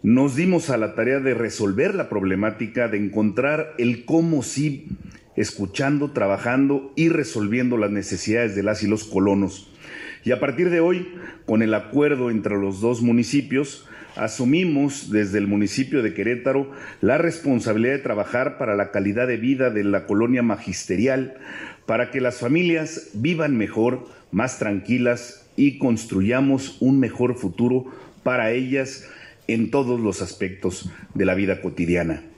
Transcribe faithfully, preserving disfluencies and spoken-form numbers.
nos dimos a la tarea de resolver la problemática, de encontrar el cómo sí, escuchando, trabajando y resolviendo las necesidades de las y los colonos. Y a partir de hoy, con el acuerdo entre los dos municipios, asumimos desde el municipio de Querétaro la responsabilidad de trabajar para la calidad de vida de la colonia magisterial, para que las familias vivan mejor, más tranquilas y construyamos un mejor futuro para ellas en todos los aspectos de la vida cotidiana.